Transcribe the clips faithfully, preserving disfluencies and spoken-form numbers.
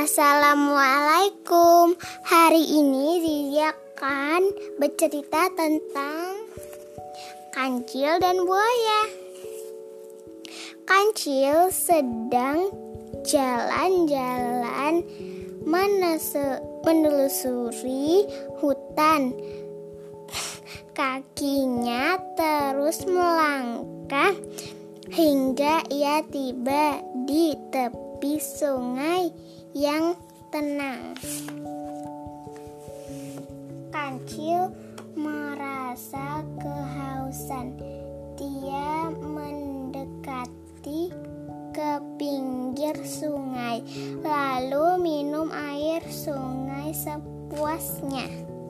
Assalamualaikum. Hari ini Zizia akan bercerita tentang kancil dan buaya. Kancil sedang jalan-jalan menelusuri hutan. Kakinya terus melangkah hingga ia tiba di tepi sungai yang tenang. Kancil merasa kehausan. Dia mendekati ke pinggir sungai, lalu minum air sungai sepuasnya.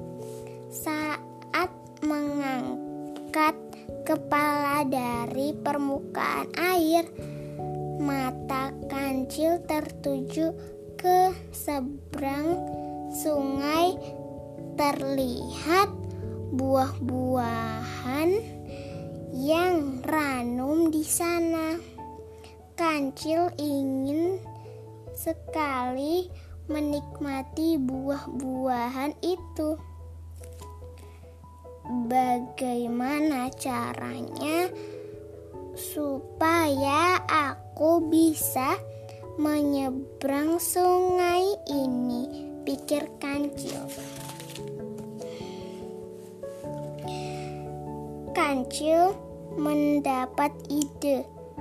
Saat mengangkat kepala dari permukaan air, mata kancil tertuju ke seberang sungai. Terlihat buah-buahan yang ranum di sana. Kancil ingin sekali menikmati buah-buahan itu. Bagaimana caranya supaya aku bisa menyeberang sungai ini, pikir kancil. Kancil mendapat ide.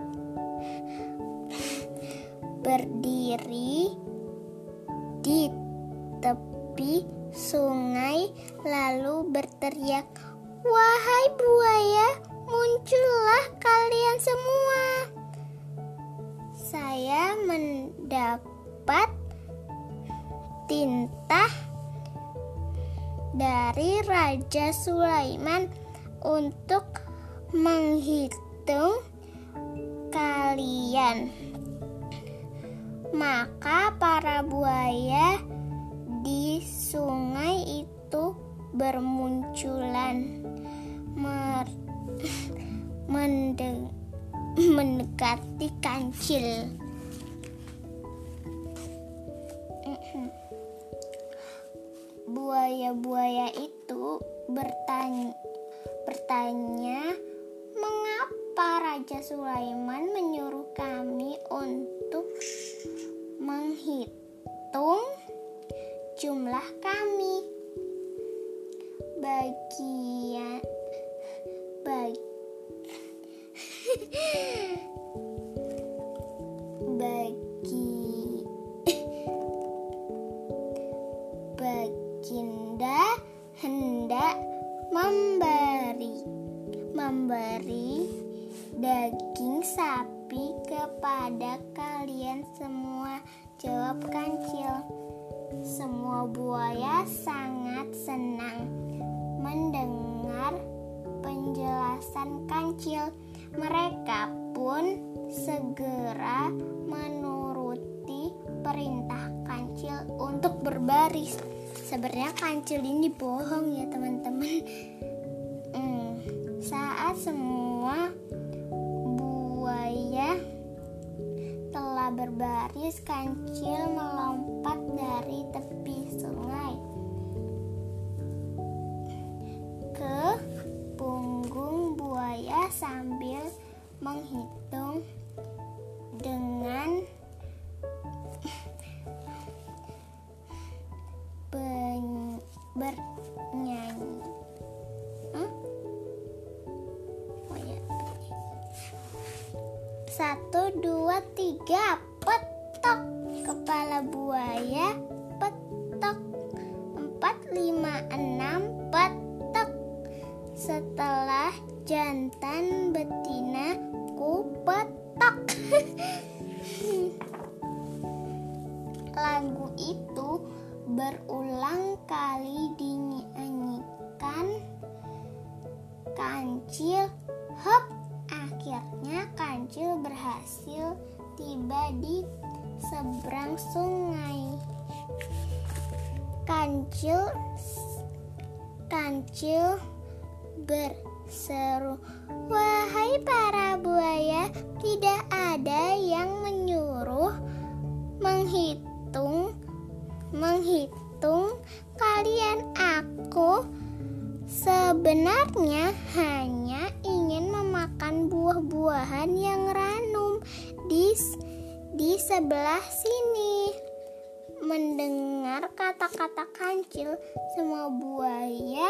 Berdiri di tepi sungai lalu berteriak, "Wahai buaya, muncullah kalian semua. Saya mendapat titah dari Raja Sulaiman untuk menghitung kalian." Maka para buaya di sungai itu bermunculan mer- mende- mendekati kancil. Buaya-buaya itu bertanya, bertanya, "Mengapa Raja Sulaiman menyuruh kami untuk menghitung jumlah kami?" Bagian bagi bagi Baginda hendak memberi memberi daging sapi kepada kalian semua, jawab kancil. Semua buaya sangat senang mendengar penjelasan kancil. Mereka pun segera menuruti perintah kancil untuk berbaris. Sebenarnya kancil ini bohong ya teman-teman. Hmm, saat semua buaya telah berbaris, kancil melompat dari tepi sungai ke punggung buaya sambil menghitung dengan ben- bernyanyi. Hmm? Oh ya. Satu, dua, tiga, petok. Kepala buaya, petok. Empat, lima, enam, petok. Setelah jantan betina, ku petok. Lagu itu berulang kali dinyanyikan kancil. Hop, akhirnya kancil berhasil tiba di seberang sungai. Kancil Kancil berseru, "Wahai para buaya, tidak ada yang menyuruh menghitung menghitung kalian. Aku sebenarnya hanya ingin memakan buah-buahan yang ranum di di sebelah sini. Mendengar kata-kata Kancil, semua buaya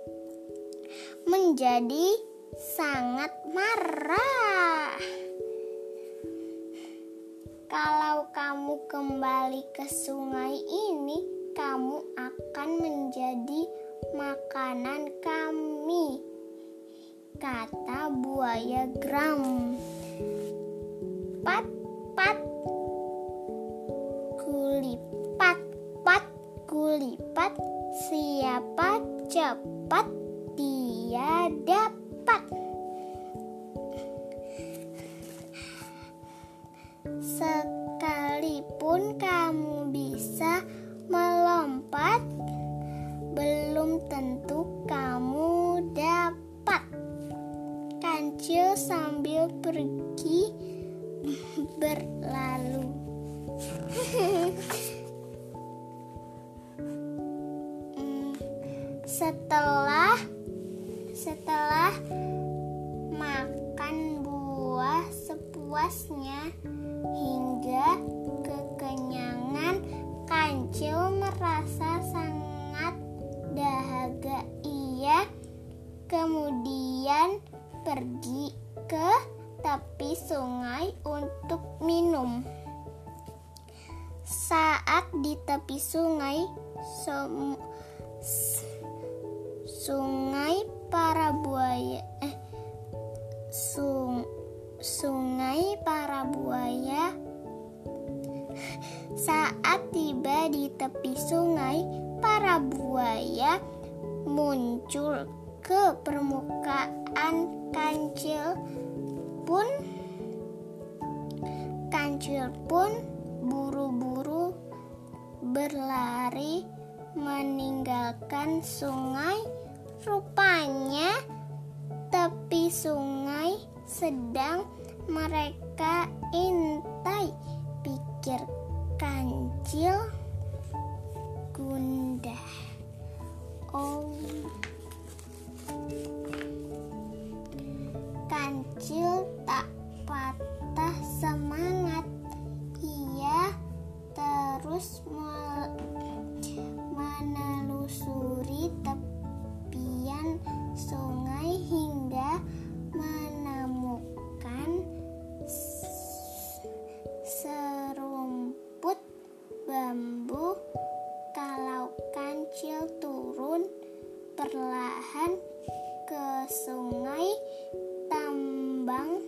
menjadi sangat marah. Kalau kamu kembali ke sungai ini, kamu akan menjadi makanan kami, kata buaya Gram. Pat, pat, kulipat, pat, kulipat, siapa cepat dia dapat. Sekalipun kamu bisa melompat, belum tentu kamu dapat. Kancil sambil pergi berlalu. Setelah setelah makan buah sepuasnya hingga kekenyangan, Kancil merasa sangat dahaga. Ia kemudian pergi ke tepi sungai untuk minum. Saat di tepi sungai, som, sungai para buaya eh sung, sungai para buaya saat tiba di tepi sungai, para buaya muncul ke permukaan. Kancil pun Kancil pun buru-buru berlari meninggalkan sungai. Rupanya tepi sungai sedang mereka intai, pikir Kancil gundah. Oh, Kancil tak patah semangat. Ia terus menelusuri tepian sungai hingga menemukan serumput bambu. Kalau Kancil turun perlahan ke sungai, tambang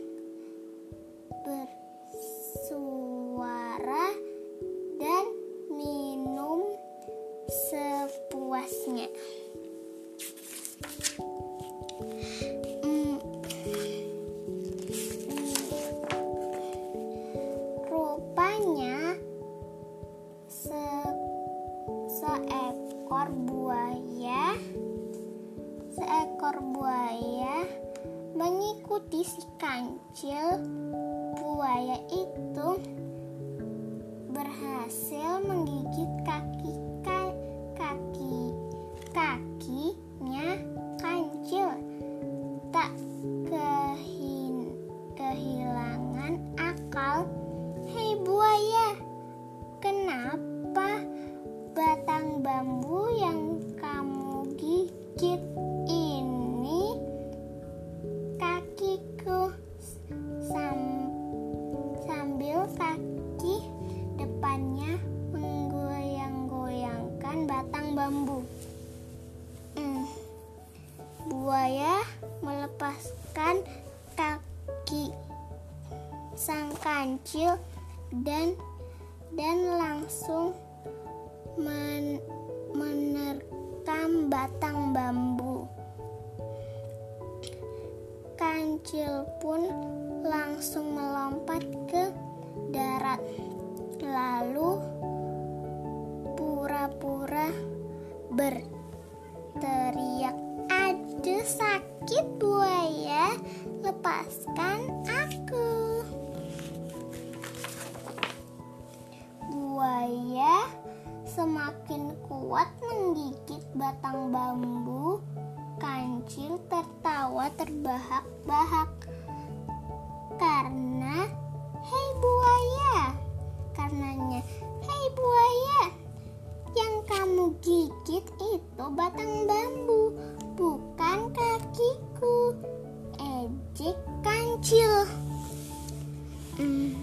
bersuara dan minum sepuasnya. Hmm. Rupanya se seekor buaya seekor buaya mengikuti si Kancil. Buaya itu berhasil menggigit kaki kaki kakinya Kancil. Tak kehin, kehilangan akal. Hei buaya, kenapa batang bambu yang kamu gigit ini kakiku? Sam, sambil kaki depannya menggoyang-goyangkan batang bambu. Hmm. Buaya melepaskan kaki sang Kancil dan dan langsung men, menerkam batang bambu. Kancil pun langsung melompat ke darat, lalu pura-pura berteriak, "Aduh sakit buaya, lepaskan aku." Buaya semakin kuat menggigit batang bambu, kancil tertawa terbahak-bahak. Karena, hei buaya, karenanya, hei buaya, yang kamu gigit itu batang bambu, bukan kakiku, ejek kancil. Hmm.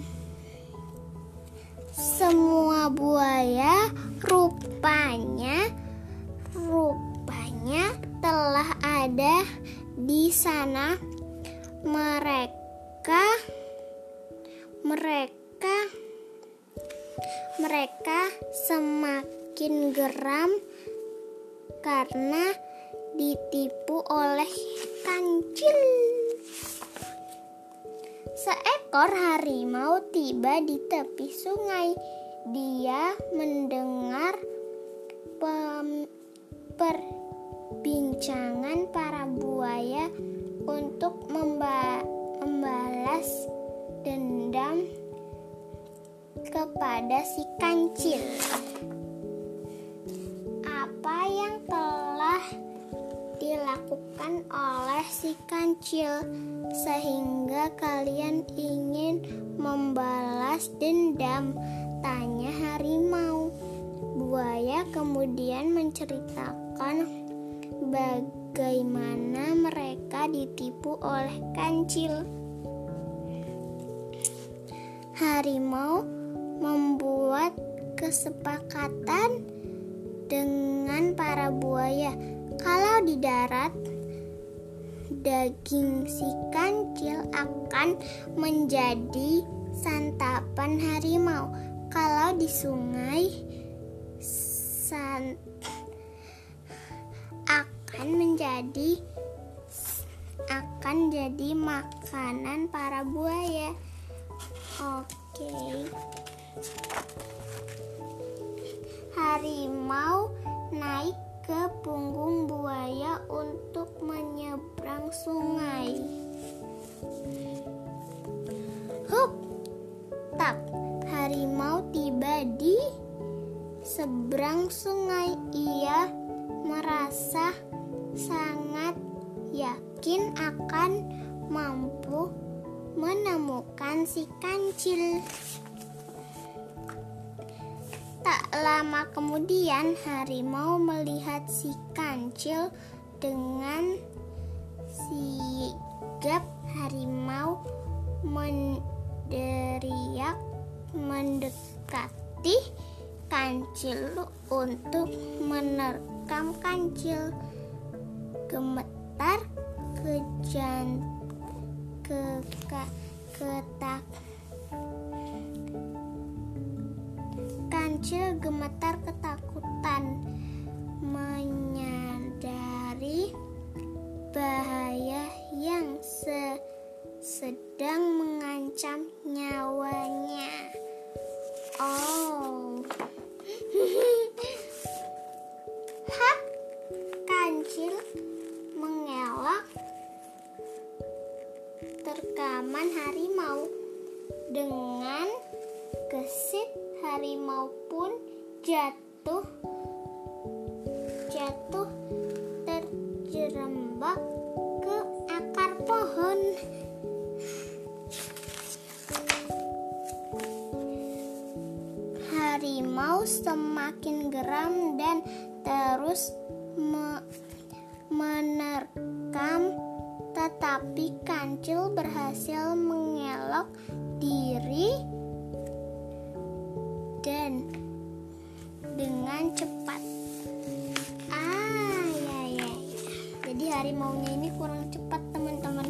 Semua buaya rupanya rupanya telah ada di sana. Mereka mereka mereka semakin geram karena ditipu oleh kancil. Seekor harimau tiba di tepi sungai. Dia mendengar pem- perbincangan para buaya untuk memba- membalas dendam kepada si kancil. Apa yang telah dilakukan oleh si kancil sehingga kalian ingin membalas dendam? Tanya harimau. Buaya kemudian menceritakan bagaimana mereka ditipu oleh kancil. Harimau membuat kesepakatan dengan para buaya. Kalau di darat, daging si kancil akan menjadi santapan harimau. Kalau di sungai, san, akan menjadi akan jadi makanan para buaya. Oke. Harimau naik ke punggung buaya untuk menyeberang sungai. Hup, tak, harimau tiba di seberang sungai. Ia merasa sangat yakin akan mampu menemukan si kancil. Tak lama kemudian harimau melihat si kancil. Dengan sigap harimau menderiak mendekati kancil untuk menerkam kancil. Gemetar kejan ke ketak Kancil gemetar ketakutan, menyadari bahaya yang se sedang mengancam nyawanya. Oh, hap, kancil mengelak terkaman harimau. Dengan gesit harimau pun jatuh jatuh terjerembab ke akar pohon. Harimau semakin geram dan terus me- menerkam, tetapi kancil berhasil mengelak diri dan dengan cepat. Ah, ya ya ya. Jadi harimaunya ini kurang cepat, teman-teman.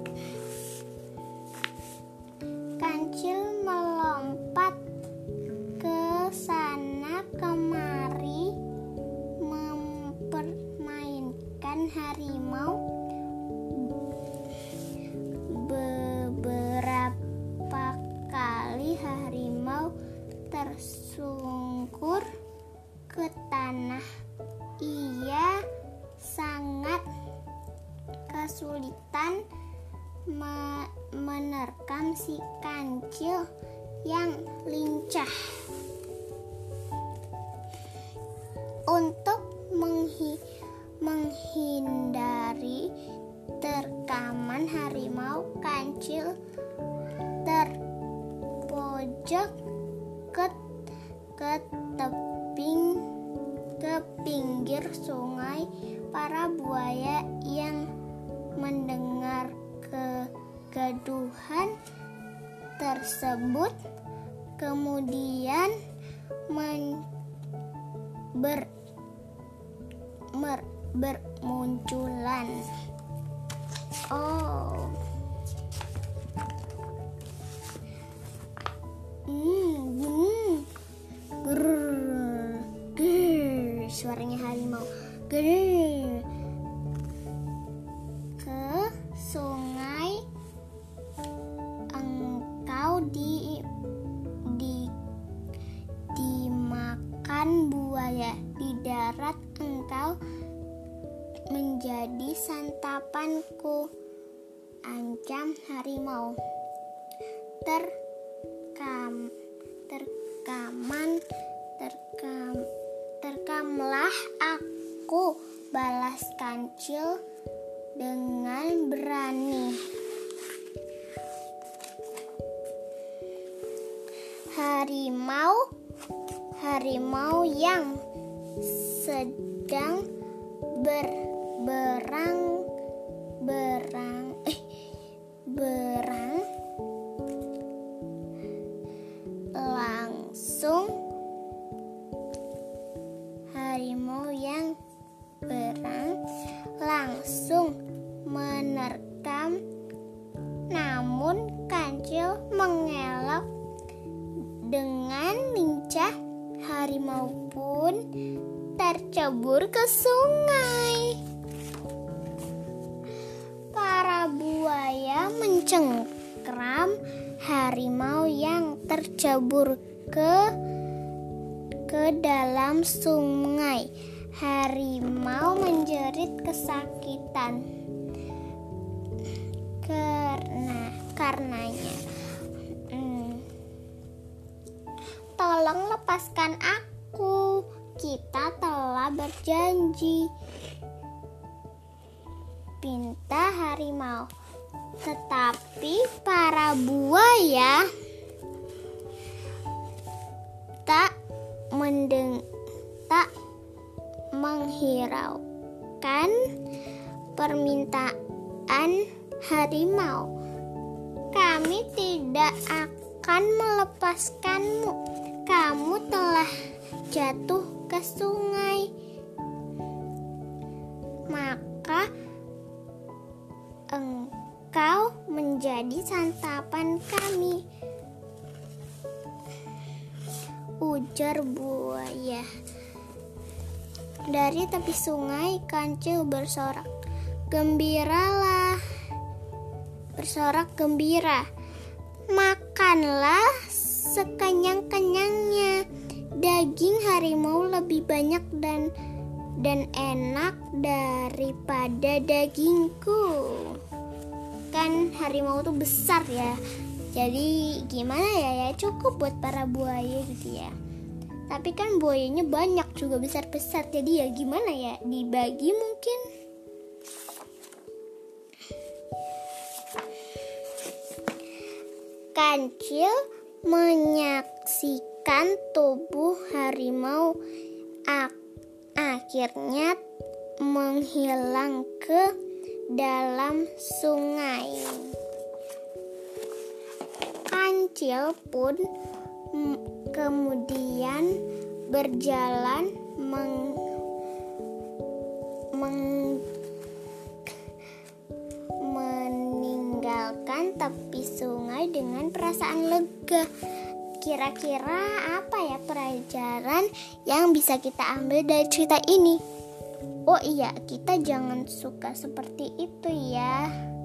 Kancil melompat ke sana kemari mempermainkan harimau. Beberapa kali harimau tersungkur ke tanah. Ia sangat kesulitan me- menerkam si kancil yang lincah. Untuk menghi- menghindari terkaman harimau kancil terpojok ke ke tebing ke pinggir sungai. Para buaya yang mendengar kegaduhan tersebut kemudian men, ber, mer, bermunculan. Oh. Hmm, hmm. Grrr, grrr, suaranya harimau. Grrr. Ke sungai engkau di di dimakan buaya, di darat engkau menjadi santapanku, ancam harimau. Terkam terkaman terkam terkamlah aku, balas kancil dengan berani. Harimau harimau yang sedang berberang berang eh, berang langsung harimau yang berang langsung menerkam, namun kancil mengelak dengan lincah. Harimau pun tercebur ke sungai. Para buaya mencengkram harimau yang tercebur ke ke dalam sungai. Harimau menjerit kesakitan karena karenanya. Hmm, tolong lepaskan aku, kita telah berjanji, pinta harimau. Tetapi para buaya tak mendeng tak menghiraukan permintaan harimau. Kami tidak akan melepaskanmu. Kamu telah jatuh ke sungai, maka engkau menjadi santapan kami, ujar buaya. Dari tepi sungai kancil bersorak gembiralah, bersorak gembira. Makanlah sekenyang-kenyangnya. Daging harimau lebih banyak dan dan enak daripada dagingku. Kan harimau tuh besar ya. Jadi gimana ya ya cukup buat para buaya gitu ya. Tapi kan buayanya banyak juga besar-besar. Jadi ya gimana ya, dibagi mungkin. Kancil menyaksikan tubuh harimau ak- akhirnya menghilang ke dalam sungai. Kancil pun m- kemudian berjalan meng, meng, meninggalkan tepi sungai dengan perasaan lega. Kira-kira apa ya pelajaran yang bisa kita ambil dari cerita ini? Oh iya, kita jangan suka seperti itu ya.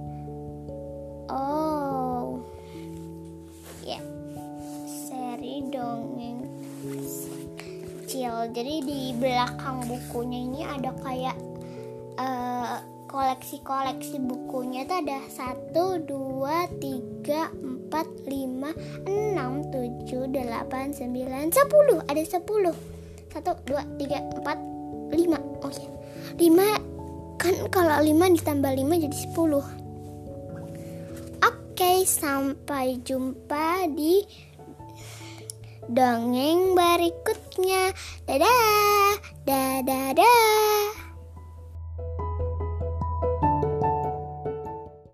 Oh, ya, seri dongeng kecil. Jadi di belakang bukunya ini ada kayak uh, koleksi-koleksi bukunya tuh ada satu, dua, tiga, empat, lima, enam, tujuh, delapan, sembilan, sepuluh. Ada sepuluh. Satu, dua, tiga, empat, lima. Oh ya, lima. Kan kalau lima ditambah lima jadi sepuluh. Oke, sampai jumpa di dongeng berikutnya. Dadah, dadah, dadah.